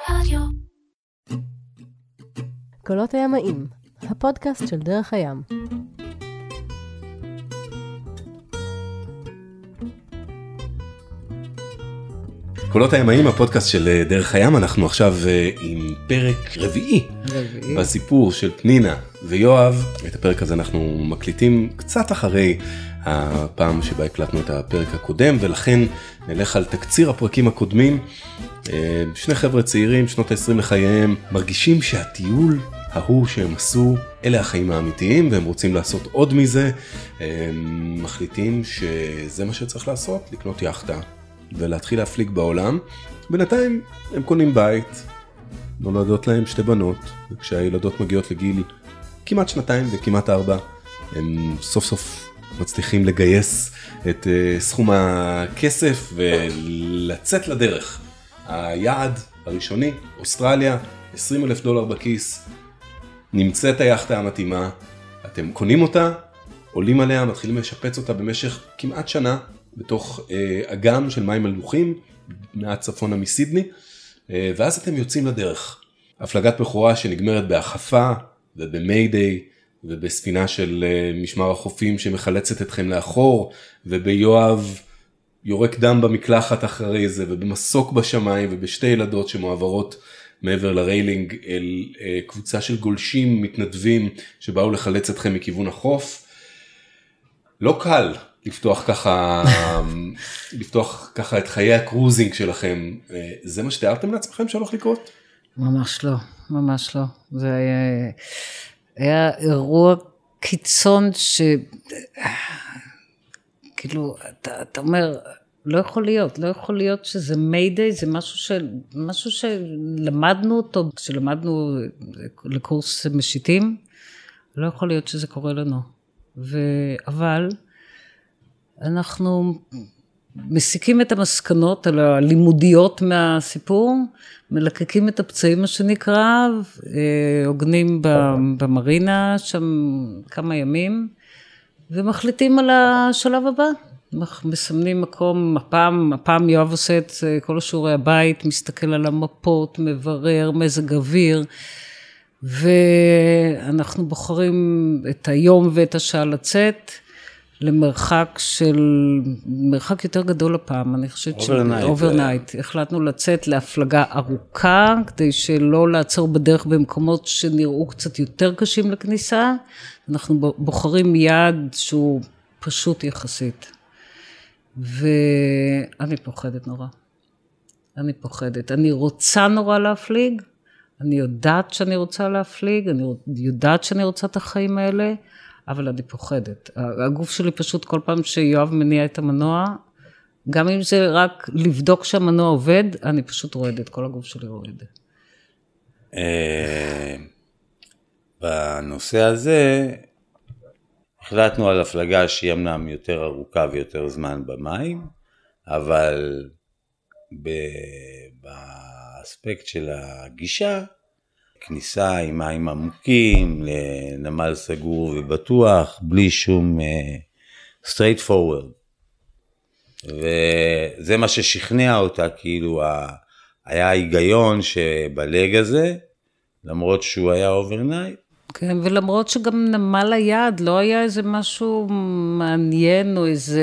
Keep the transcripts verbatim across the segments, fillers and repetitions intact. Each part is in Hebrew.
רדיו. קולות הימאים, הפודקאסט של דרך הים. קולות הימאים, הפודקאסט של דרך הים. אנחנו עכשיו עם פרק רביעי, רביעי בסיפור של פנינה ויואב. את הפרק הזה אנחנו מקליטים קצת אחרי הפעם שבה הקלטנו את הפרק הקודם, ולכן נלך על תקציר הפרקים הקודמים. שני חבר'ה צעירים, שנות ה-עשרים לחייהם, מרגישים שהטיול ההוא שהם עשו, אלה החיים האמיתיים, והם רוצים לעשות עוד מזה. הם מחליטים שזה מה שצריך לעשות, לקנות יאכטה ולהתחיל להפליג בעולם. בינתיים הם קונים בית, נולדות להם שתי בנות, וכשהילדות מגיעות לגיל כמעט שנתיים וכמעט ארבע, הם סוף סוף מצליחים לגייס את סכום הכסף ולצאת לדרך. היעד הראשוני, אוסטרליה, עשרים אלף דולר בכיס, נמצאת היאכטה המתאימה, אתם קונים אותה, עולים עליה, מתחילים לשפץ אותה במשך כמעט שנה, בתוך אה, אגם של מים מלוחים, מעט צפונה מסידני, אה, ואז אתם יוצאים לדרך. הפלגת בכורה שנגמרת בהחפה ובמיידיי, ובספינה של אה, משמר החופים שמחלצת אתכם לאחור, וביואב יורק דם במקלחת אחרי זה, ובמסוק בשמיים, ובשתי ילדות שמועברות מעבר לריילינג אל אה, קבוצה של גולשים מתנדבים, שבאו לחלץ אתכם מכיוון החוף. לא קל לפתוח ככה, לפתוח ככה את חיי הקרוזינג שלכם. זה מה שתיארתם לעצמכם שהולך לקרות? ממש לא, ממש לא. זה היה, היה אירוע קיצון ש... כאילו, אתה, אתה אומר, לא יכול להיות, לא יכול להיות שזה מיידיי, זה משהו, ש, משהו שלמדנו אותו, שלמדנו לקורס משיטים, לא יכול להיות שזה קורה לנו. ו... אבל... אנחנו מסיקים את המסקנות על הלימודיות מהסיפור, מלקקים את הפצעים מה שנקרא, עוגנים במרינה שם כמה ימים, ומחליטים על השלב הבא. מסמנים מקום, הפעם, הפעם יואב עושה את כל השיעורי הבית, מסתכל על המפות, מברר מזג אוויר, ואנחנו בוחרים את היום ואת השעה לצאת, למרחק של, מרחק יותר גדול הפעם, אני חושבת ש... אוברנייט. החלטנו לצאת להפלגה ארוכה, כדי שלא לעצור בדרך במקומות שנראו קצת יותר קשים לכניסה. אנחנו בוחרים יעד שהוא פשוט יחסית. ואני פוחדת נורא. אני פוחדת. אני רוצה נורא להפליג, אני יודעת שאני רוצה להפליג, אני יודעת שאני רוצה את החיים האלה, אבל אני פוחדת. הגוף שלי פשוט כל פעם שיואב מניע את המנוע, גם אם זה רק לבדוק שהמנוע עובד, אני פשוט רועדת, כל הגוף שלי רועד. בנושא הזה, החלטנו על הפלגה שהיא אמנם יותר ארוכה ויותר זמן במים, אבל באספקט של הגישה, כניסה עם מים עמוקים, לנמל סגור ובטוח, בלי שום uh, straight forward. וזה מה ששכנע אותה, כאילו היה היגיון שבלג הזה, למרות שהוא היה אוברנייט. כן, ולמרות שגם נמל היעד לא היה איזה משהו מעניין, או איזה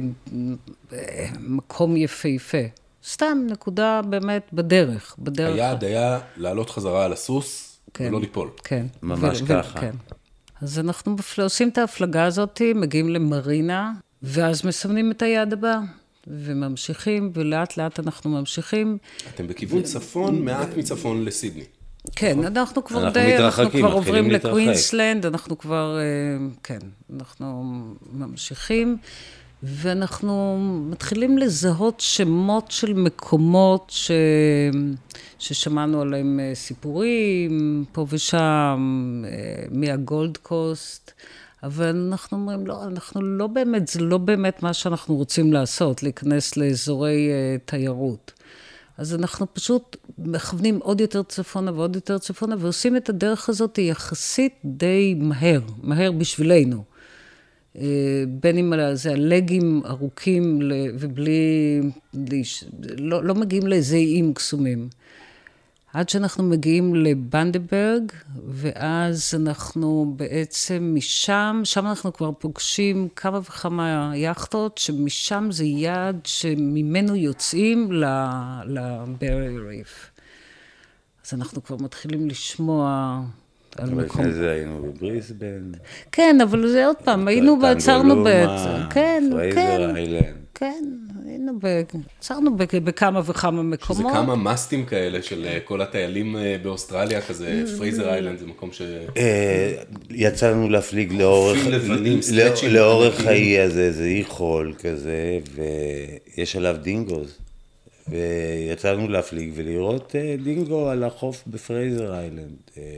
מקום יפהפה. סתם נקודה באמת בדרך, בדרך. היעד היה לעלות חזרה על הסוס, כן, ולא ליפול. כן. ממש ו- ככה. כן. אז אנחנו עושים את ההפלגה הזאת, מגיעים למרינה, ואז מסמנים את היעד הבא, וממשיכים, ולאט לאט אנחנו ממשיכים. אתם בכיוון ו- צפון, מעט מצפון לסידני. כן, אנחנו כבר אנחנו די, מתרחקים, אנחנו כבר עוברים להתרחק. לקווינסלנד, אנחנו כבר, כן, אנחנו ממשיכים, ואנחנו מתחילים לזהות שמות של מקומות ש... ששמענו עליהם סיפורים, פה ושם, מהגולד קוסט, אבל אנחנו אומרים, לא, אנחנו לא באמת, זה לא באמת מה שאנחנו רוצים לעשות, להיכנס לאזורי תיירות. אז אנחנו פשוט מכוונים עוד יותר צפונה ועוד יותר צפונה, ועושים את הדרך הזאת יחסית די מהר, מהר בשבילנו. בין אם זה הלגים ארוכים ובלי, לא, לא מגיעים לאיזה איים קסומים. עד שאנחנו מגיעים לבנדברג, ואז אנחנו בעצם משם, שם אנחנו כבר פוגשים כמה וכמה יאכטות, שמשם זה יעד שממנו יוצאים לברי ריף. אז אנחנו כבר מתחילים לשמוע על אבל מקום. לפני זה היינו בבריסבן. כן, אבל זה עוד פעם, היינו ועצרנו בעצם. כן, פרייזר כן. איילנד. כן, היינו עצרנו בכמה וכמה מקומות. שזה כמה מסטים כאלה של כל הטיילים באוסטרליה, כזה פרייזר איילנד, זה מקום ש... יצאנו להפליג לאורך האי הזה, זה אי חול כזה, ויש עליו דינגוז. ויצאנו להפליג ולראות דינגו על החוף בפרייזר איילנד.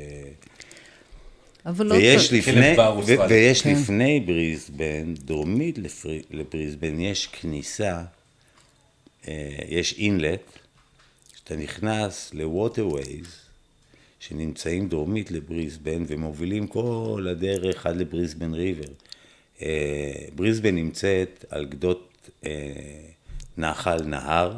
ויש לפני, ויש לפני בריסבן, דרומית לבריסבן, יש כניסה, יש אינלט, שאתה נכנס לווטרווייז, שנמצאים דרומית לבריסבן, ומובילים כל הדרך עד לבריסבן ריבר. בריסבן נמצאת על גדות נחל נהר,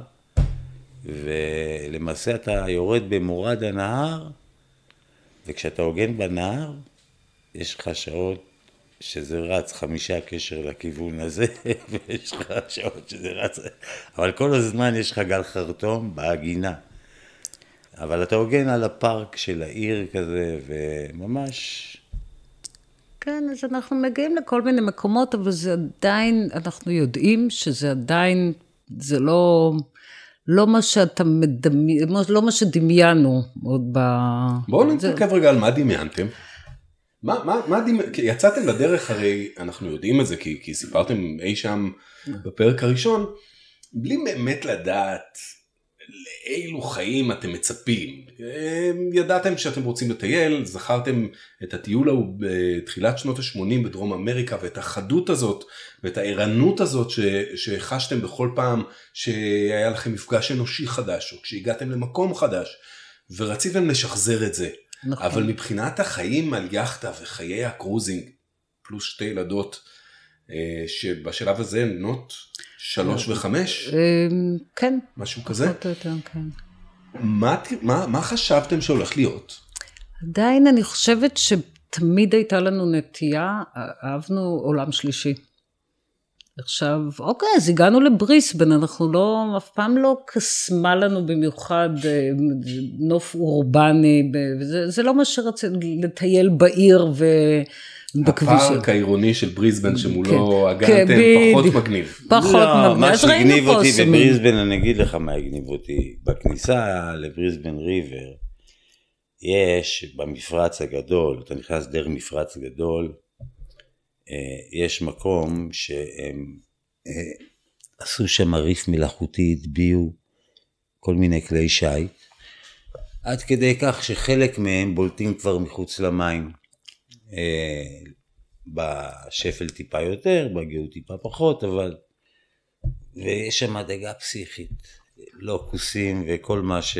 ולמעשה אתה יורד במורד הנהר, וכשאתה הוגן בנהר, יש לך שעות שזה רץ חמישה קשר לכיוון הזה, ויש לך שעות שזה רץ, אבל כל הזמן יש לך גל חרטום בהגינה. אבל אתה הוגן על הפארק של העיר כזה, וממש... כן, אז אנחנו מגיעים לכל מיני מקומות, אבל זה עדיין, אנחנו יודעים שזה עדיין, זה לא... לא מה שאתה מדמיין, לא מה שדמיינו עוד ב... בואו נתעכב רגע על מה דמיינתם. מה, מה, מה דמיינתם? יצאתם לדרך, הרי אנחנו יודעים את זה, כי, כי סיפרתם אי שם בפרק הראשון, בלי באמת לדעת לאילו חיים אתם מצפים. ידעתם שאתם רוצים לטייל, זכרתם את הטיול ההוא בתחילת שנות ה-שמונים בדרום אמריקה, ואת החדות הזאת, ואת הערנות הזאת ש, שחשתם בכל פעם שהיה לכם מפגש אנושי חדש, או כשהגעתם למקום חדש, ורציתם לשחזר את זה. נכון. אבל מבחינת החיים על יחטה וחיי הקרוזינג, פלוס שתי ילדות, שבשלב הזה נוט שלוש וחמש? כן. משהו כזה? פחות או יותר, כן. מה, מה, מה חשבתם שהולך להיות? עדיין אני חושבת שתמיד הייתה לנו נטייה, אהבנו עולם שלישי. עכשיו, אוקיי, אז הגענו לבריסבן, אנחנו לא, אף פעם לא קסמה לנו במיוחד נוף אורבני, וזה, זה לא מה שרצינו, לטייל בעיר ו... הפארק העירוני של בריסבן שמולו הגנתם פחות מגניב. פחות מגניב. מה שהגניב אותי בבריסבן, אני אגיד לך מה הגניב אותי. בכניסה לבריסבן ריבר, יש במפרץ הגדול, אתה נכנס דרך מפרץ גדול, יש מקום שהם עשו שם ריף מלאכותי, הטביעו כל מיני כלי שייט, עד כדי כך שחלק מהם בולטים כבר מחוץ למים. בשפל טיפה יותר, בגאות טיפה פחות, אבל ויש שם דגה פסיכית, לא כוסים וכל מה ש...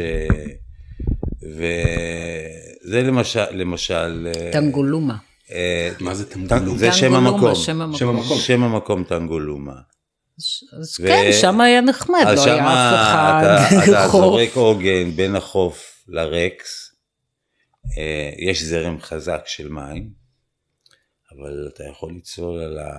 וזה למשל, למשל... טנגולומה. מה זה טנגולומה? זה שם המקום. שם המקום. שם המקום טנגולומה. אז כן, שם היה נחמד, לא היה אף אחד. אתה זורק עוגן בין החוף לרקס, יש זרם חזק של מים, אבל אתה יכול לצלול על ה...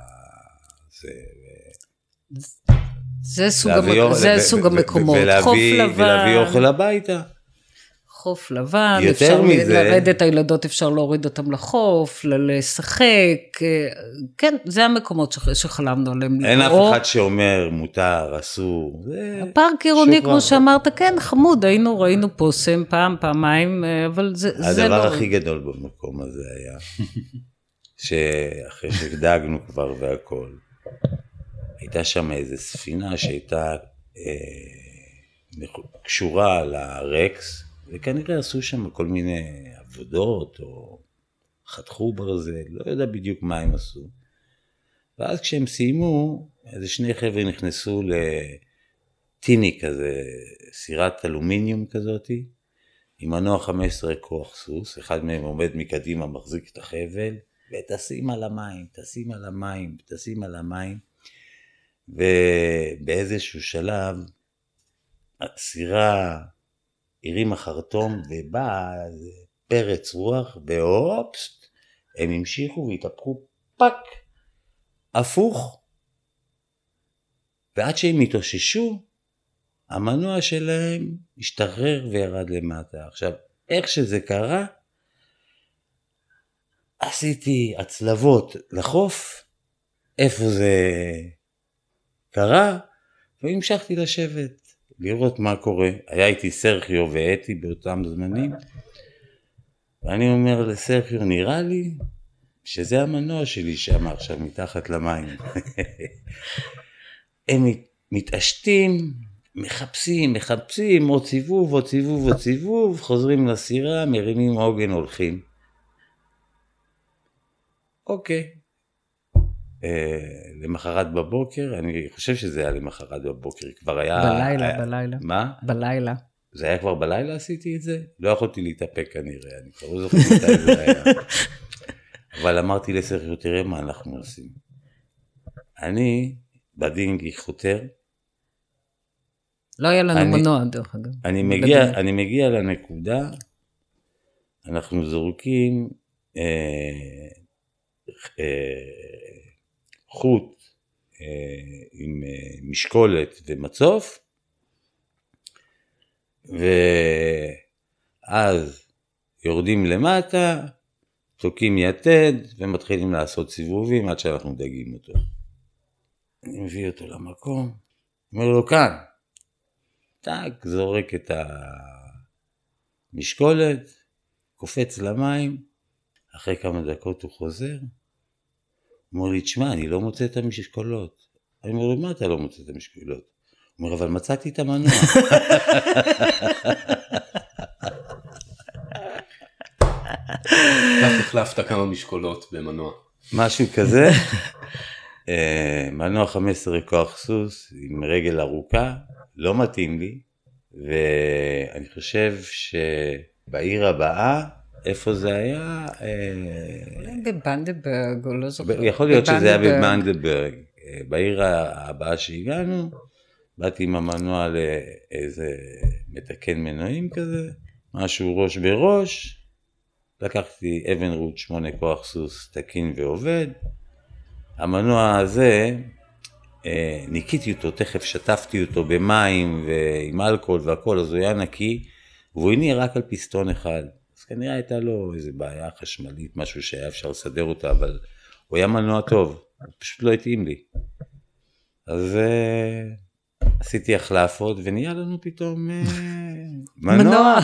זה סוג המקומות. חוף לבן. ולהביא אוכל הביתה. חוף לבן, אפשר לרדת, הילדות אפשר להוריד אותם לחוף, לשחק. כן, זה המקומות שחלמנו עליהם. אין אף אחד שאומר מותר, אסור. הפארק עירוני, כמו שאמרת, כן, חמוד, היינו, ראינו פוסם פעם, פעמיים, אבל זה לא... הדבר הכי גדול במקום הזה היה... שאחרי שדאגנו כבר והכל, הייתה שם איזו ספינה שהייתה אה, קשורה לרקס, וכנראה עשו שם כל מיני עבודות, או חתכו ברזל, לא יודע בדיוק מה הם עשו. ואז כשהם סיימו, איזה שני חבר'ה נכנסו לטיני כזה, סירת אלומיניום כזאת, עם מנוע חמש עשרה כוח סוס, אחד מהם עומד מקדימה, מחזיק את החבל, ותשים על המים, תשים על המים, תשים על המים, ובאיזשהו שלב, הסירה הרים החרטום, ובא פרץ רוח, ואופס, הם המשיכו והתהפכו פק, הפוך, ועד שהם התאוששו, המנוע שלהם השתחרר וירד למטה. עכשיו, איך שזה קרה, עשיתי הצלבות לחוף, איפה זה קרה, והמשכתי לשבת, לראות מה קורה. היה איתי סרחיו ואתי באותם זמנים, ואני אומר לסרחיו, נראה לי שזה המנוע שלי שם עכשיו מתחת למים. הם מתעשתים, מחפשים, מחפשים, עוד סיבוב, עוד סיבוב, עוד סיבוב, חוזרים לסירה, מרימים עוגן, הולכים. אוקיי. למחרת בבוקר, אני חושב שזה היה למחרת בבוקר, כבר היה... בלילה, בלילה. מה? בלילה. זה היה כבר בלילה עשיתי את זה? לא יכולתי להתאפק כנראה, אני כבר לא זוכר מתי זה היה. אבל אמרתי לסרחיו, תראה מה אנחנו עושים. אני בדינגי חותר. לא היה לנו אני, מנוע דרך אגב. אני מגיע, אני מגיע לנקודה, אנחנו זורקים אה, אה, חוט אה, עם אה, משקולת ומצוף, ואז יורדים למטה, תוקים יתד ומתחילים לעשות סיבובים עד שאנחנו דגים אותו. אני מביא אותו למקום, אומר לו כאן, טק, זורק את המשקולת, קופץ למים, אחרי כמה דקות הוא חוזר, הוא אומר לי, תשמע, אני לא מוצא את המשקולות. אני אומר לו, מה אתה לא מוצא את המשקולות? הוא אומר, אבל מצאתי את המנוע. כך החלפת כמה משקולות במנוע. משהו כזה. מנוע חמש עשרה כוח סוס עם רגל ארוכה, לא מתאים לי, ואני חושב שבעיר הבאה, איפה זה היה? בבנדברג, או לא זוכר. יכול להיות שזה היה בבנדברג. בעיר הבאה שהגענו, באתי עם המנוע לאיזה מתקן מנועים כזה, משהו ראש בראש, לקחתי אבן רות שמונה כוח סוס תקין ועובד, המנוע הזה, ניקיתי אותו, תכף שטפתי אותו במים ועם אלכוהול והכל, אז הוא היה נקי, והוא הניע רק על פיסטון אחד, אז כנראה הייתה לו איזו בעיה חשמלית, משהו שהיה אפשר לסדר אותה, אבל הוא היה מנוע טוב, הוא פשוט לא התאים לי. אז עשיתי החלפות ונהיה לנו פתאום מנוע.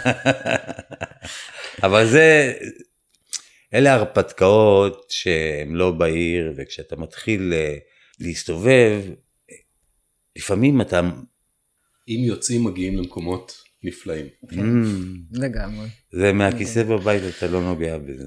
אבל זה, אלה הרפתקאות שהן לא בעיר, וכשאתה מתחיל להסתובב, לפעמים אתה... אם יוצאים מגיעים למקומות נפלאים. לגמרי. זה מהכיסא בבית, אתה לא נוגע בזה.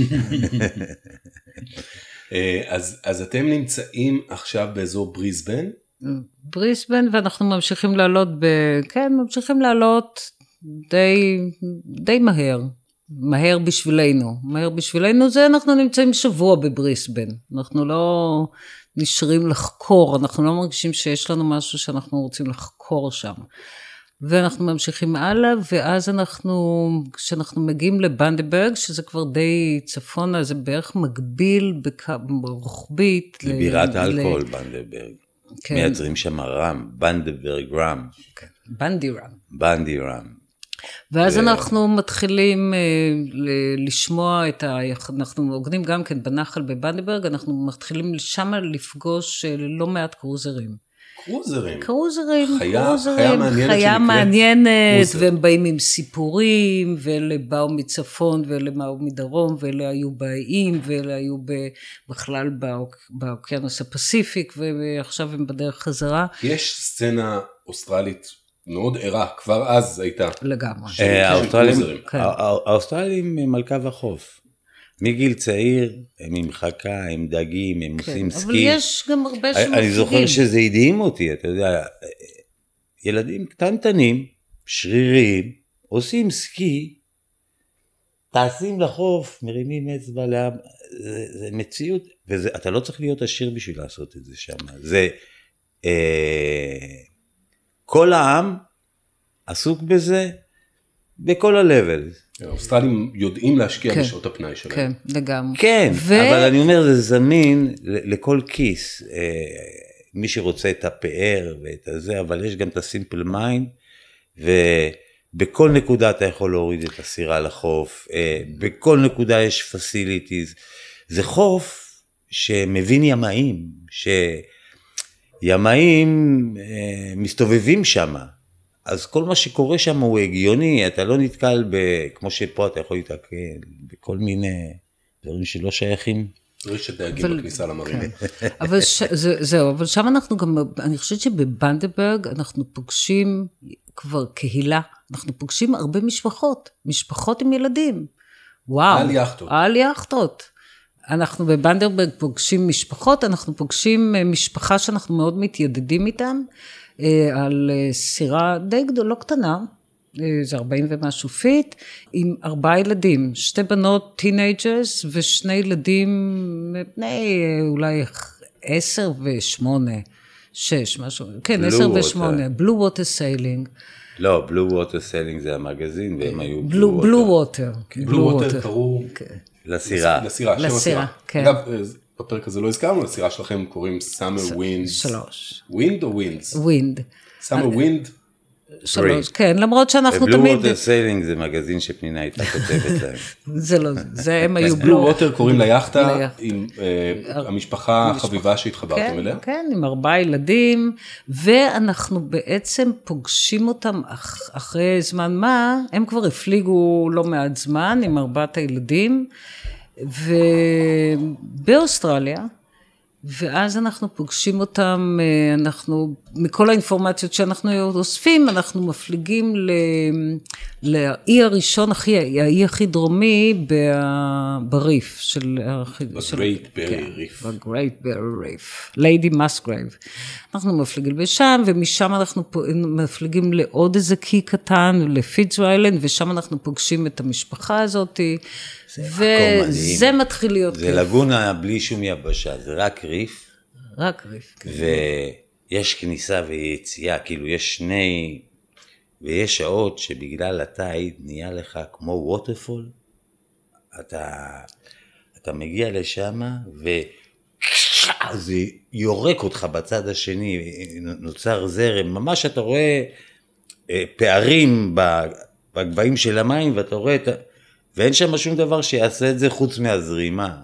אז, אז אתם נמצאים עכשיו באזור בריסבן? בריסבן, ואנחנו ממשיכים לעלות, ב... כן, ממשיכים לעלות די, די מהר. מהר בשבילנו. מהר בשבילנו זה אנחנו נמצאים שבוע בבריסבן. אנחנו לא נשארים לחקור, אנחנו לא מרגישים שיש לנו משהו שאנחנו רוצים לחקור שם. ואנחנו ממשיכים הלאה, ואז אנחנו, כשאנחנו מגיעים לבנדברג, שזה כבר די צפונה, זה בערך מקביל ברוחבית. לבירת האלכוהול ל... בנדברג. כן. מייצרים שם רם, בנדברג רם. כן. בנדי רם. בנדי רם. ואז ו... אנחנו מתחילים uh, לשמוע את ה... אנחנו עוגנים גם כן בנחל בבנדברג, אנחנו מתחילים שם לפגוש לא מעט קרוזרים. קרוזרים. קרוזרים, חיה, קרוזרים, חיה מעניינת, חיה מעניינת והם באים עם סיפורים, ואלה באו מצפון, ואלה באו מדרום, ואלה היו באיים, ואלה היו בכלל באוק, באוקיינוס הפסיפיק, ועכשיו הם בדרך חזרה. יש סצנה אוסטרלית מאוד ערה, כבר אז הייתה. לגמרי. האוסטרלים הם על קו החוף. מגיל צעיר, הם עם חכה, הם דגים, הם כן, עושים סקי. אבל יש גם הרבה שמפגיעים. אני זוכר שזה הדהים אותי, אתה יודע, ילדים קטנטנים, שריריים, עושים סקי, טסים לחוף, מרימים אצבע לעם, זה, זה מציאות, ואתה לא צריך להיות עשיר בשביל לעשות את זה שם. זה, אה, כל העם עסוק בזה, בכל ה-level. האוסטרלים יודעים להשקיע בשעות הפנאי שלהם. כן, לגמרי. כן, אבל אני אומר, זה זמין לכל כיס. מי שרוצה את הפאר ואת הזה, אבל יש גם את הסימפל מיינד, ובכל נקודה אתה יכול להוריד את הסירה לחוף, בכל נקודה יש פסיליטיז. זה חוף שמבין ימאים, שימאים מסתובבים שם, אז כל מה שקורה שם הוא הגיוני, אתה לא נתקל ב... כמו שפה אתה יכול להתקל בכל מיני דברים שלא שייכים. יש דייגים בכניסה למרינה. אבל זהו, אבל שם אנחנו גם, אני חושבת שבבנדברג אנחנו פוגשים כבר קהילה, אנחנו פוגשים הרבה משפחות, משפחות עם ילדים. וואו. על יאכטות. על יאכטות. אנחנו בבנדברג פוגשים משפחות, אנחנו פוגשים משפחה שאנחנו מאוד מתיידדים איתם, על סירה די גדולה, לא קטנה, זה ארבעים ומשהו פיט, עם ארבעה ילדים, שתי בנות טינג'רס ושני ילדים בני אולי עשר ושמונה, שש, משהו, כן, עשר ושמונה, בלו ווטר סיילינג. לא, בלו ווטר סיילינג זה המגזין, והם היו בלו ווטר. בלו ווטר קראו לסירה. לסירה, שם הסירה. כן. אגב, בפרק הזה לא הזכרנו, לסירה שלכם קוראים Summer Winds. שלוש. Wind או Winds? Wind. Summer Wind? שלוש, כן, למרות שאנחנו בלו תמיד... ווטר סיילינג זה מגזין שפנינה הייתה כותבת להם. זה לא, זה הם היו בלו ווטר קוראים ליאכטה ליאכטה. עם המשפחה החביבה שהתחברתם אליה? כן, עם ארבעה ילדים, ואנחנו בעצם פוגשים אותם אח, אחרי זמן מה, הם כבר הפליגו לא מעט זמן עם ארבעת הילדים, ובאוסטרליה, ואז אנחנו פוגשים אותם, אנחנו, מכל האינפורמציות שאנחנו אוספים, אנחנו מפליגים לאי הראשון, האי הכי דרומי בריף של... בגרייט ברי ריף. בגרייט ברי ריף, ליידי מסגרייב. אנחנו מפליגים לשם, ומשם אנחנו מפליגים לעוד איזה קי קטן, לפיטזר איילנד, ושם אנחנו פוגשים את המשפחה הזאת, וזה מתחיל להיות... זה לגונה בלי שום יבשה, זה רק ריף. רק ריף. ויש כניסה ויציאה, כאילו יש שני, ויש שעות שבגלל התאי נהיה לך כמו ווטרפול, אתה, אתה מגיע לשם וזה יורק אותך בצד השני, נוצר זרם, ממש אתה רואה פערים בגבהים של המים ואתה רואה את... ואין שם שום דבר שיעשה את זה חוץ מהזרימה.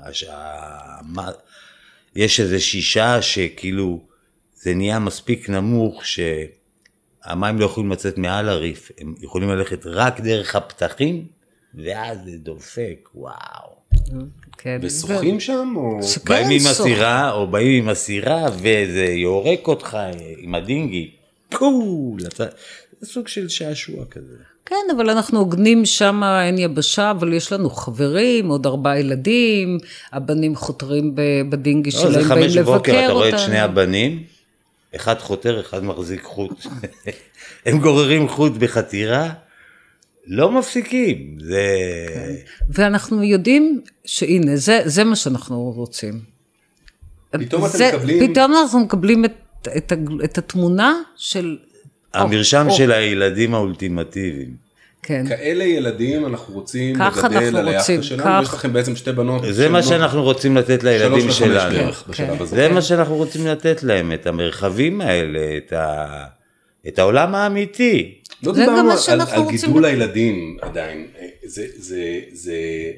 יש איזו שישה שכאילו זה נהיה מספיק נמוך שהמים לא יכולים לצאת מעל הריף, הם יכולים ללכת רק דרך הפתחים, ואז זה דופק, וואו. ושוחים שם? באים עם הסירה, או באים עם הסירה, וזה יורק אותך עם הדינגי, קול, זה סוג של שעשוע כזה. כן, אבל אנחנו עוגנים שם, אין יבשה, אבל יש לנו חברים, עוד ארבעה ילדים, הבנים חותרים בדינגי שלהם, באים לבקר אותנו. זה חמש בוקר, אתה רואה את שני הבנים, אחד חותר, אחד מחזיק חוט. הם גוררים חוט בחתירה, לא מפסיקים. זה... כן. ואנחנו יודעים שהנה, זה, זה מה שאנחנו רוצים. פתאום זה, אתם מקבלים... פתאום אנחנו מקבלים את, את, את התמונה של... המרשם או, של או. הילדים האולטימטיביים. כן. כאלה ילדים אנחנו רוצים לגדל על היחדה שלנו, ויש לכם בעצם שתי בנות. זה מה שאנחנו רוצים לתת לילדים שלנו. בערך בשלב הזה. זה מה שאנחנו רוצים לתת להם, את המרחבים האלה, את, ה... את העולם האמיתי. לא דיברנו על, על גידול הילדים עדיין. זה, זה, זה...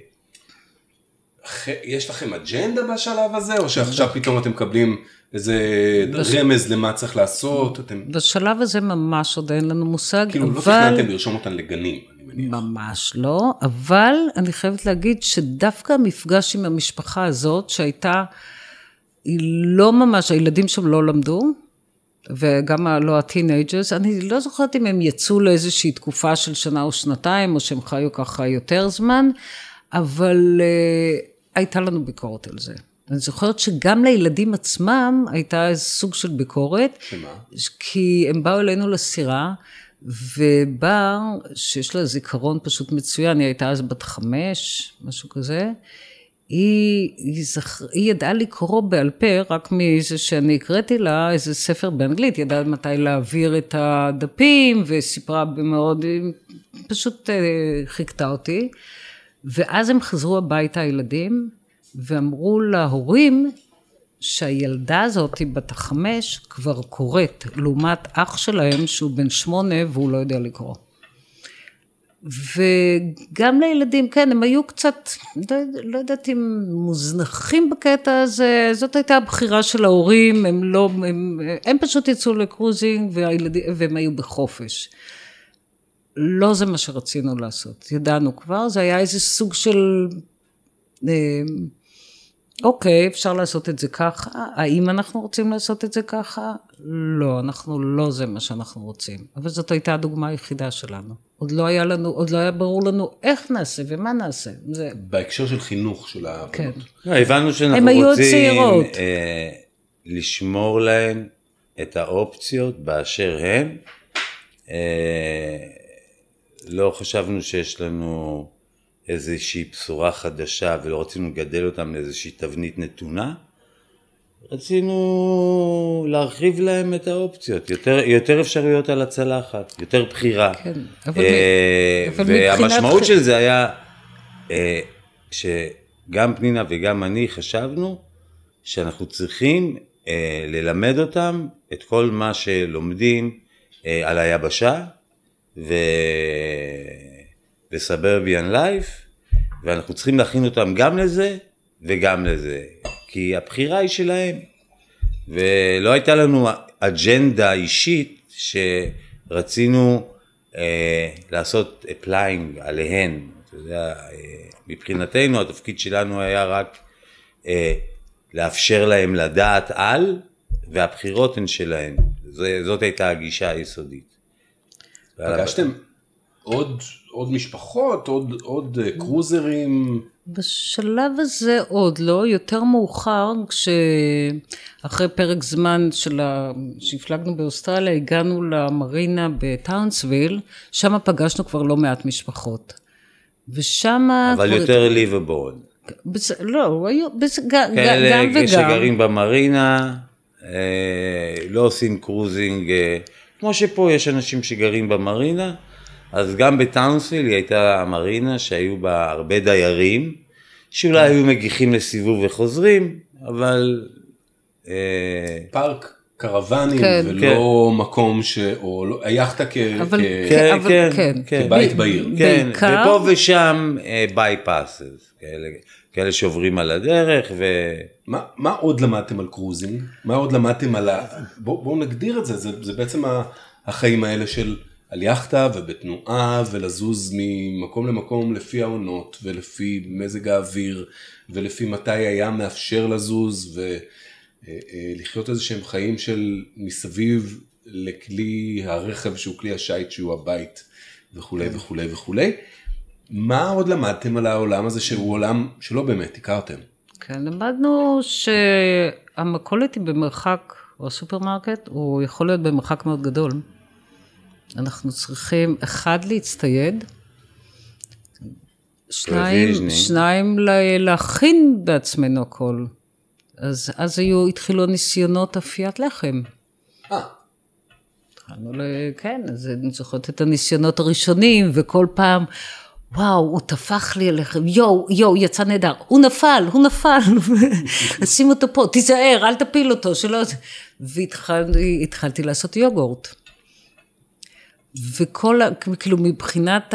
יש לכם אג'נדה בשלב הזה, או שעכשיו פתאום אתם מקבלים איזה רמז למה צריך לעשות? בשלב הזה ממש עוד אין לנו מושג, כאילו לא תכננתם לרשום אותן לגנים, אני מניח. ממש לא, אבל אני חייבת להגיד שדווקא המפגש עם המשפחה הזאת, שהייתה, היא לא ממש, הילדים שם לא למדו, וגם לא הטינג'רס, אני לא זוכרת אם הם יצאו לאיזושהי תקופה של שנה או שנתיים, או שהם חיו ככה יותר זמן, אבל uh, הייתה לנו ביקורת על זה. אני זוכרת שגם לילדים עצמם הייתה איזה סוג של ביקורת, שמה? כי הם באו אלינו לסירה, ובר, שיש לה זיכרון פשוט מצוין, היא הייתה אז בת חמש, משהו כזה, היא, היא, זכ... היא ידעה לקרוא בעל פה, רק מאיזה שאני הקראתי לה, איזה ספר באנגלית, ידעה מתי להעביר את הדפים, וסיפרה במאוד, פשוט חיכתה אותי, ואז הם חזרו הביתה הילדים, ואמרו להורים, שהילדה הזאת, בת החמש, כבר קוראת, לעומת אח שלהם, שהוא בן שמונה, והוא לא יודע לקרוא. וגם לילדים, כן, הם היו קצת, לא, לא יודעת אם מוזנחים בקטע הזה, זאת הייתה הבחירה של ההורים, הם לא, הם, הם פשוט יצאו לקרוזינג, והילדים, והם היו בחופש. לא זה מה שרצינו לעשות, ידענו כבר, זה היה איזה סוג של, אוקיי, אפשר לעשות את זה ככה, האם אנחנו רוצים לעשות את זה ככה? לא, אנחנו לא זה מה שאנחנו רוצים, אבל זאת הייתה הדוגמה היחידה שלנו. עוד לא היה לנו, עוד לא היה ברור לנו איך נעשה ומה נעשה. זה... בהקשר של חינוך של הבנות. כן. לא, הבנו שאנחנו רוצים אה, לשמור להם את האופציות באשר הן. אה, לא חשבנו שיש לנו איזושהי בשורה חדשה ולא רצינו לגדל אותם לאיזושהי תבנית נתונה. רצינו להרחיב להם את האופציות, יותר, יותר אפשרויות על הצלחת, יותר בחירה. כן, אבל, אה, אבל והמשמעות מבחינת... של זה היה, אה, שגם פנינה וגם אני חשבנו, שאנחנו צריכים אה, ללמד אותם את כל מה שלומדים אה, על היבשה, ו-suburban life, ואנחנו צריכים להכין אותם גם לזה וגם לזה. כי הבחירה היא שלהם, ולא הייתה לנו אג'נדה אישית שרצינו אה, לעשות applying עליהן. אתה יודע, אה, מבחינתנו התפקיד שלנו היה רק אה, לאפשר להם לדעת על, והבחירות הן שלהם. זה, זאת הייתה הגישה היסודית. פגשתם עוד, עוד משפחות, עוד, עוד קרוזרים? בשלב הזה עוד לא, יותר מאוחר, כשאחרי פרק זמן של ה... שהפלגנו באוסטרליה, הגענו למרינה בטאונסוויל, שם פגשנו כבר לא מעט משפחות. ושם... אבל כבר... יותר ליברבורן. בס... לא, היו... בס... גם וגם. כאלה שגרים במרינה, לא עושים קרוזינג, כמו שפה יש אנשים שגרים במרינה, אז גם בטאונסוויל היא הייתה המרינה שהיו בה הרבה דיירים, שאולי היו מגיחים לסיבוב וחוזרים, אבל... פארק קרוונים ולא מקום ש... או לא... היחתה כבית בעיר. כן, ופה ושם בייפאסס, כאלה שעוברים על הדרך ו... מה עוד למדתם על קרוזינג? מה עוד למדתם על ה... בואו נגדיר את זה, זה בעצם החיים האלה של... על יחטה ובתנועה ולזוז ממקום למקום לפי העונות ולפי מזג האוויר ולפי מתי הים מאפשר לזוז ולחיות איזה שהם חיים של מסביב לכלי הרכב שהוא כלי השייט שהוא הבית וכו' וכו' וכו'. מה עוד למדתם על העולם הזה שהוא עולם שלא באמת הכרתם? כן, למדנו שהמכולת היא במרחק, או הסופרמרקט, הוא יכול להיות במרחק מאוד גדול. אנחנו צריכים, אחד, להצטייד, שניים, שניים להכין בעצמנו הכל. אז, אז היו, התחילו ניסיונות אפיית לחם. אה. התחלנו ל... כן, אז אני זוכרת את הניסיונות הראשונים, וכל פעם, וואו, הוא תפח לי הלחם, יו, יו, יצא נהדר, הוא נפל, הוא נפל, שים אותו פה, תיזהר, אל תפיל אותו, שלא... והתחלתי לעשות יוגורט. וכל, כאילו, מבחינת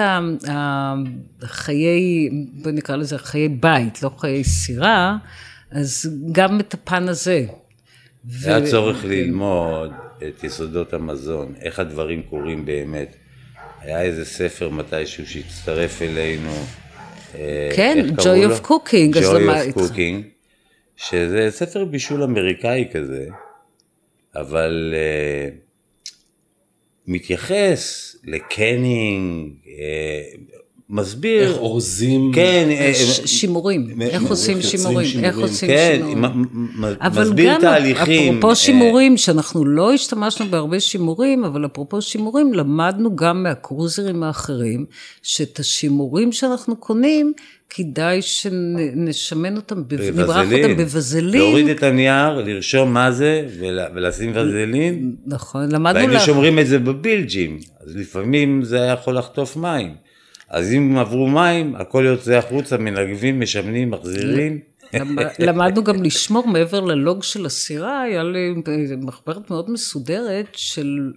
החיי, בוא נקרא לזה, חיי בית, לא חיי סירה, אז גם את הפן הזה. היה צורך ללמוד את יסודות המזון, איך הדברים קורים באמת. היה איזה ספר מתישהו שהצטרף אלינו. כן, Joy of Cooking. Joy of Cooking, שזה ספר בישול אמריקאי כזה, אבל... מתייחס לקנינג, מסביר... איך אורזים... כן, שימורים, איך עושים שימורים, איך עושים כן, שימורים. מסביר תהליכים. אפרופו שימורים, שאנחנו לא השתמשנו בהרבה שימורים, אבל אפרופו שימורים, למדנו גם מהקרוזרים האחרים, שאת השימורים שאנחנו קונים, כדאי שנשמן אותם, נברח אותם בבזלין. להוריד את הנייר, לרשום מה זה, ולשים וזלין. נכון, למדנו... והיינו שומרים את זה בבילג'ים, אז לפעמים זה היה יכול לחטוף מים. אז אם עברו מים, הכל יוצא החוצה, מנגבים, משמנים, מחזירים. למדנו גם לשמור מעבר ללוג של הסירה, היה לי מחברת מאוד מסודרת של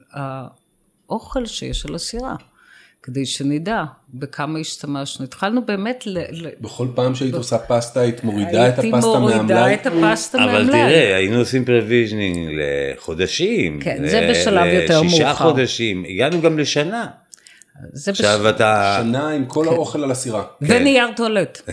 האוכל שיש על הסירה. כדי שנדע בכמה השתמשנו. התחלנו באמת ל... בכל פעם שהיית עושה פסטה, היית מורידה את הפסטה מהמלאי? הייתי מורידה את הפסטה מהמלאי. אבל תראה, היינו עושים פרויז'נינג לחודשים. כן, זה בשלב יותר מאוחר. לשישה חודשים, הגענו גם לשנה. עכשיו אתה... שנה עם כל האוכל על הסירה. ונייר טואלט.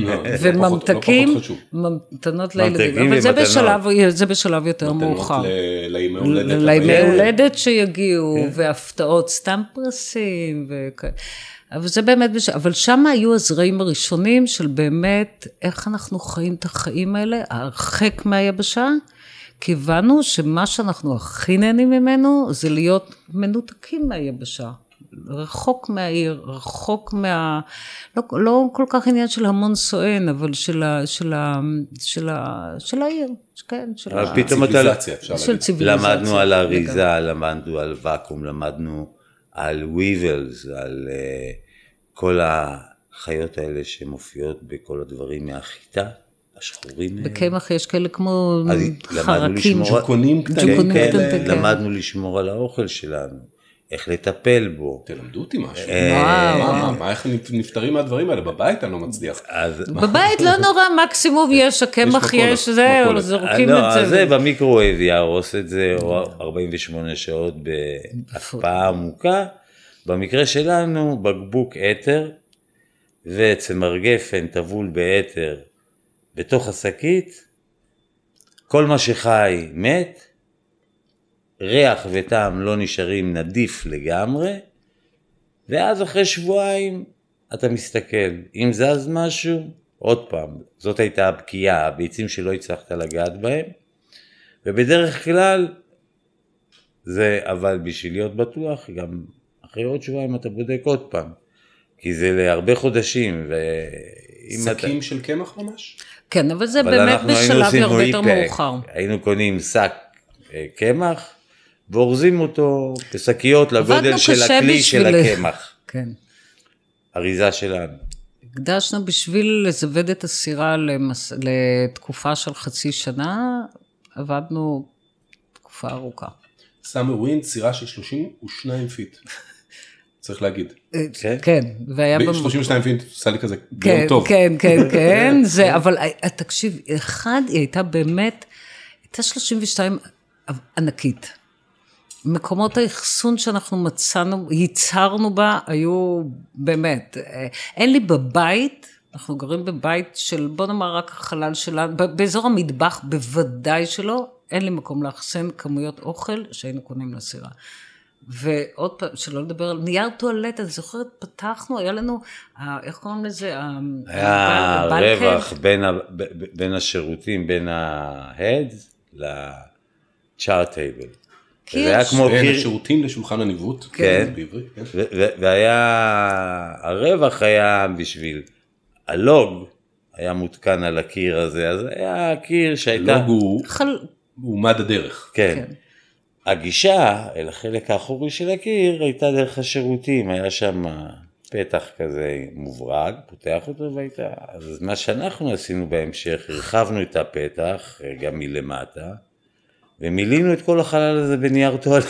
וממתקים, מתנות לילדים. אבל זה בשלב יותר מאוחר. מתנות לימי הולדת. לימי הולדת שיגיעו, והפתעות סתם פרסים. אבל זה באמת, אבל שם היו הזרעים הראשונים של באמת איך אנחנו חיים את החיים האלה, הרחק מהיבשה, כי הבנו שמה שאנחנו הכי נהנים ממנו, זה להיות מנותקים מהיבשה. רחוק מהעיר, רחוק מה... לא, לא כל כך עניין של המון סואן, אבל של, ה, של, ה, של, ה, של העיר, כן, של הציביליזציה, אפשר להגיד. למדנו על אריזה, למדנו על ואקום, למדנו על וויבלס, על uh, כל החיות האלה שמופיעות בכל הדברים מהחיטה, השחורים. בקמח יש כאלה כמו חרקים, ג'וקונים קטנים כאלה. למדנו לשמור על האוכל שלנו. איך לטפל בו. תלמדו אותי משהו. מה, איך נפטרים מהדברים האלה? בבית אני לא מצליח. בבית לא נורא, מקסימום יש, הקמח יש, זהו, זורקים את זה. אז זה במיקרואב יהרוס את זה, או ארבעים ושמונה שעות בהקפאה עמוקה. במקרה שלנו, בקבוק אתר, וצמר גפן טבול באתר, בתוך השקית, כל מה שחי מת, ריח וטעם לא נשארים נדיף לגמרי, ואז אחרי שבועיים אתה מסתכל, אם זז משהו, עוד פעם, זאת הייתה הבקיעה, הביצים שלא הצלחת לגעת בהם, ובדרך כלל, זה אבל בשביל להיות בטוח, גם אחרי עוד שבועיים אתה בודק עוד פעם, כי זה להרבה חודשים, שקים אתה... של קמח ממש? כן, אבל זה אבל באמת בשלב הרבה יותר מאוחר. היינו קונים שק קמח, ואורזים אותו בשקיות לגודל של הכלי של הקמח. כן. אריזה שלנו. הקדשנו בשביל לזווד את הסירה למס... לתקופה של חצי שנה, עבדנו תקופה ארוכה. סאמר ווינד, סירה של שלושים ושניים פיט. צריך להגיד. כן. שלושים ושניים פיט, עושה לי כזה ביום טוב. כן, כן, כן. זה, אבל תקשיב, אחד, היא הייתה באמת, הייתה שלושים ושתיים ענקית. מקומות האחסון שאנחנו מצאנו, ייצרנו בה, היו באמת, אין לי בבית, אנחנו גרים בבית של, בוא נאמר רק החלל שלנו, באזור המטבח בוודאי שלא, אין לי מקום לאחסן כמויות אוכל שהיינו קונים לסירה. ועוד פעם, שלא לדבר על נייר טואלט, אני זוכרת, פתחנו, היה לנו, איך קוראים לזה? היה רווח בין השירותים, בין ההדס לצ'ארט טייבל. זה היה כמו בין השירותים לשולחן הניווט. כן. והיה, הרווח היה בשביל, הלוג היה מותקן על הקיר הזה, אז היה קיר שהייתה... הלוג הוא מד הדרך. כן. הגישה אל החלק האחורי של הקיר הייתה דרך השירותים, היה שם פתח כזה מוברג, פותח אותו והייתה, אז מה שאנחנו עשינו בהמשך, הרחבנו את הפתח גם מלמטה, ומילינו את כל החלל הזה בנייר טואלט.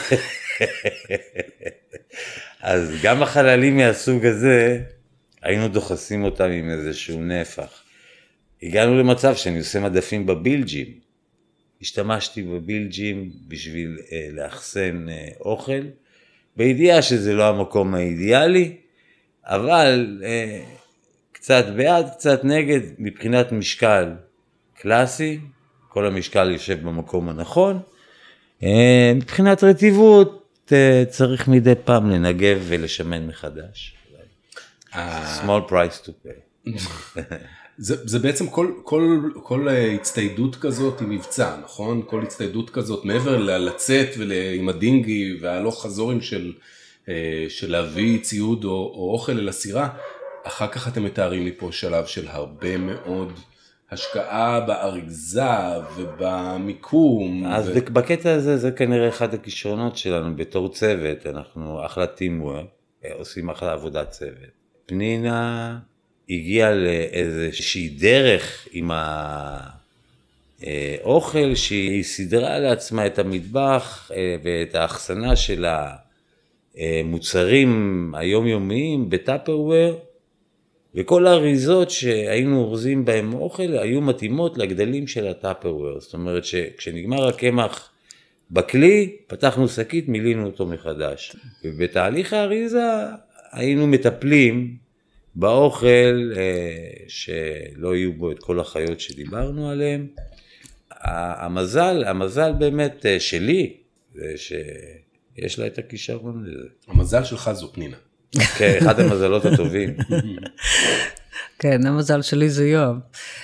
אז גם החללים מהסוג הזה, היינו דוחסים אותם עם איזשהו נפח. הגענו למצב שאני עושה מדפים בבילג'ים, השתמשתי בבילג'ים בשביל אה, לאחסן אה, אוכל, בידיעה שזה לא המקום האידיאלי, אבל אה, קצת בעד, קצת נגד, מבחינת משקל קלאסי, כל המשקל יושב במקום הנכון, אה, מבחינת רטיבות אה, צריך מדי פעם לנגב ולשמן מחדש. small price to pay. זה, זה בעצם כל, כל, כל הצטיידות כזאת עם מבצע, נכון? כל הצטיידות כזאת, מעבר לצאת ועם הדינגי והלוך חזורים של, של להביא ציוד או, או אוכל אל הסירה, אחר כך אתם מתארים לי פה שלב של הרבה מאוד השקעה באריזה ובמיקום. אז ו... בקטע הזה זה כנראה אחד הכישרונות שלנו בתור צוות, אנחנו אחלה טימוור, עושים אחלה עבודת צוות. פנינה הגיעה לאיזושהי דרך עם האוכל שהיא סדרה לעצמה את המטבח ואת האחסנה של המוצרים היומיומיים בטאפרוור, וכל האריזות שהיינו אורזים בהם אוכל היו מתאימות לגדלים של הטאפרוור. זאת אומרת שכשנגמר הקמח בכלי, פתחנו שקית, מילינו אותו מחדש. ובתהליך האריזה היינו מטפלים באוכל שלא יהיו בו את כל החיות שדיברנו עליהם. המזל, המזל באמת שלי, זה שיש לה את הכישרון לזה. המזל שלך זו פנינה. כן, אחד המזלות הטובים. כן, המזל שלי זה יואב.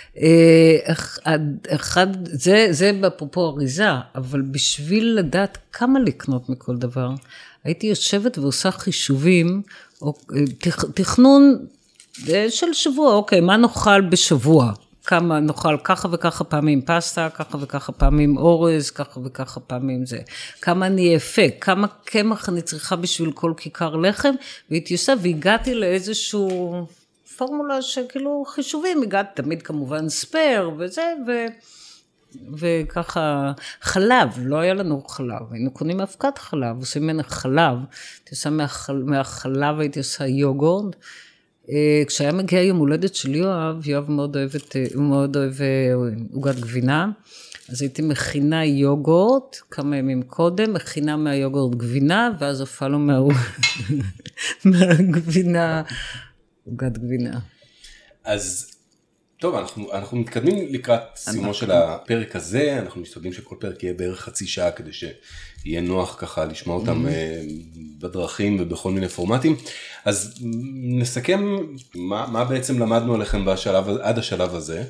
אחד, זה, זה בפרופו אריזה, אבל בשביל לדעת כמה לקנות מכל דבר, הייתי יושבת ועושה חישובים, או תכנון של שבוע, אוקיי, מה נאכל בשבוע? כמה נאכל ככה וככה פעמים פסטה, ככה וככה פעמים אורז, ככה וככה פעמים זה. כמה אני אפק, כמה קמח אני צריכה בשביל כל כיכר לחם, והייתי עושה, והגעתי לאיזשהו פורמולה שכאילו חישובים, הגעתי תמיד כמובן ספר וזה, ו... וככה חלב, לא היה לנו חלב, היינו קונים אבקת חלב, עושים ממנה חלב, הייתי עושה מהחל... מהחלב, הייתי עושה יוגורט, כשהיה מגיע יום הולדת של יואב, יואב מאוד אוהבת, הוא מאוד אוהב עוגת גבינה, אז הייתי מכינה יוגורט, כמה ימים קודם, מכינה מהיוגורט גבינה, ואז הופעה לו מה... מהגבינה, עוגת גבינה. אז טוב, אנחנו, אנחנו מתקדמים לקראת סיומו של הפרק הזה, אנחנו משתדלים שכל פרק יהיה בערך חצי שעה, כדי שיהיה נוח ככה לשמוע אותם בדרכים ובכל מיני פורמטים. אז נסכם מה, מה בעצם למדנו עליכם בשלב, עד השלב הזה.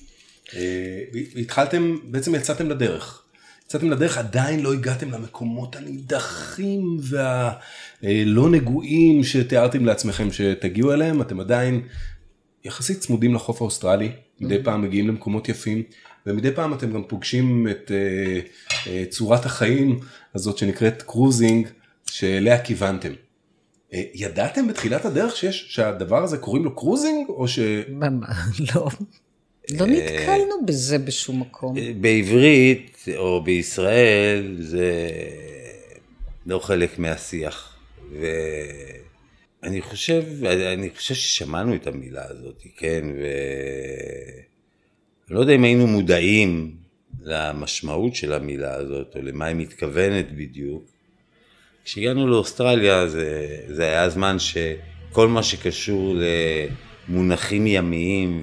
התחלתם, בעצם יצאתם לדרך. יצאתם לדרך, עדיין לא הגעתם למקומות הנידחים והלא נגועים שתיארתם לעצמכם שתגיעו אליהם, אתם עדיין יחסית צמודים לחוף האוסטרלי, מדי פעם מגיעים למקומות יפים, ומדי פעם אתם גם פוגשים את uh, uh, צורת החיים הזאת שנקראת קרוזינג, שאליה כיוונתם. Uh, ידעתם בתחילת הדרך שיש, שהדבר הזה קוראים לו קרוזינג, או ש... לא, לא נתקלנו בזה בשום מקום. בעברית או בישראל זה לא חלק מהשיח, ו... אני חושב, אני חושב ששמענו את המילה הזאת, כן, ולא יודע אם היינו מודעים למשמעות של המילה הזאת, או למה היא מתכוונת בדיוק. כשהגענו לאוסטרליה, זה, זה היה הזמן שכל מה שקשור למונחים ימיים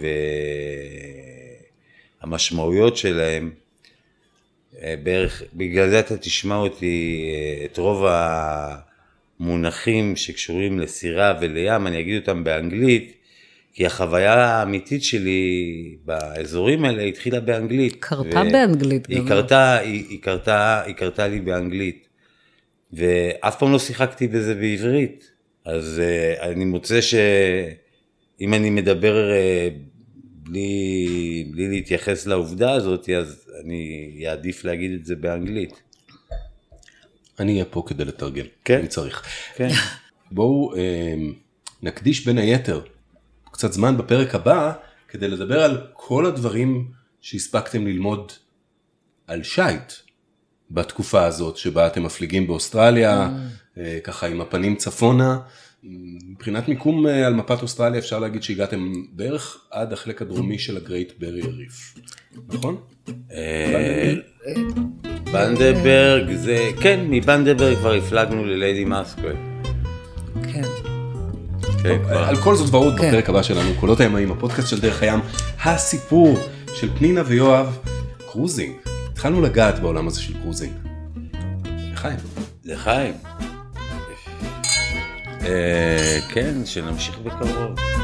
והמשמעויות שלהם, בערך, בגלל זה אתה תשמע אותי את רוב ה... מונחים שקשורים לסירה ולים, אני אגיד אותם באנגלית, כי החוויה האמיתית שלי באזורים האלה התחילה באנגלית. קרתה באנגלית. היא קרתה, היא, היא קרתה, היא קרתה לי באנגלית. ואף פעם לא שיחקתי בזה בעברית. אז uh, אני מוצא שאם אני מדבר uh, בלי, בלי להתייחס לעובדה הזאת, אז אני אעדיף להגיד את זה באנגלית. אני אהיה פה כדי לתרגם, כן. אני צריך. כן. בואו אה, נקדיש בין היתר קצת זמן בפרק הבא, כדי לדבר על כל הדברים שהספקתם ללמוד על שייט, בתקופה הזאת שבה אתם מפליגים באוסטרליה, mm. אה, ככה עם הפנים צפונה. מבחינת מיקום אה, על מפת אוסטרליה אפשר להגיד שהגעתם בערך עד החלק הדרומי של הגרייט ברייר ריף, נכון? אה... בנדברג זה, כן, מבנדברג כבר הפלגנו לליידי מסקוויל. כן. על כל זאת ועוד בפרק הבא שלנו, קולות הימאים, הפודקאסט של דרך הים, הסיפור של פנינה ויואב, קרוזינג. התחלנו לגעת בעולם הזה של קרוזינג. לחיים. לחיים. כן, שנמשיך בקרוב.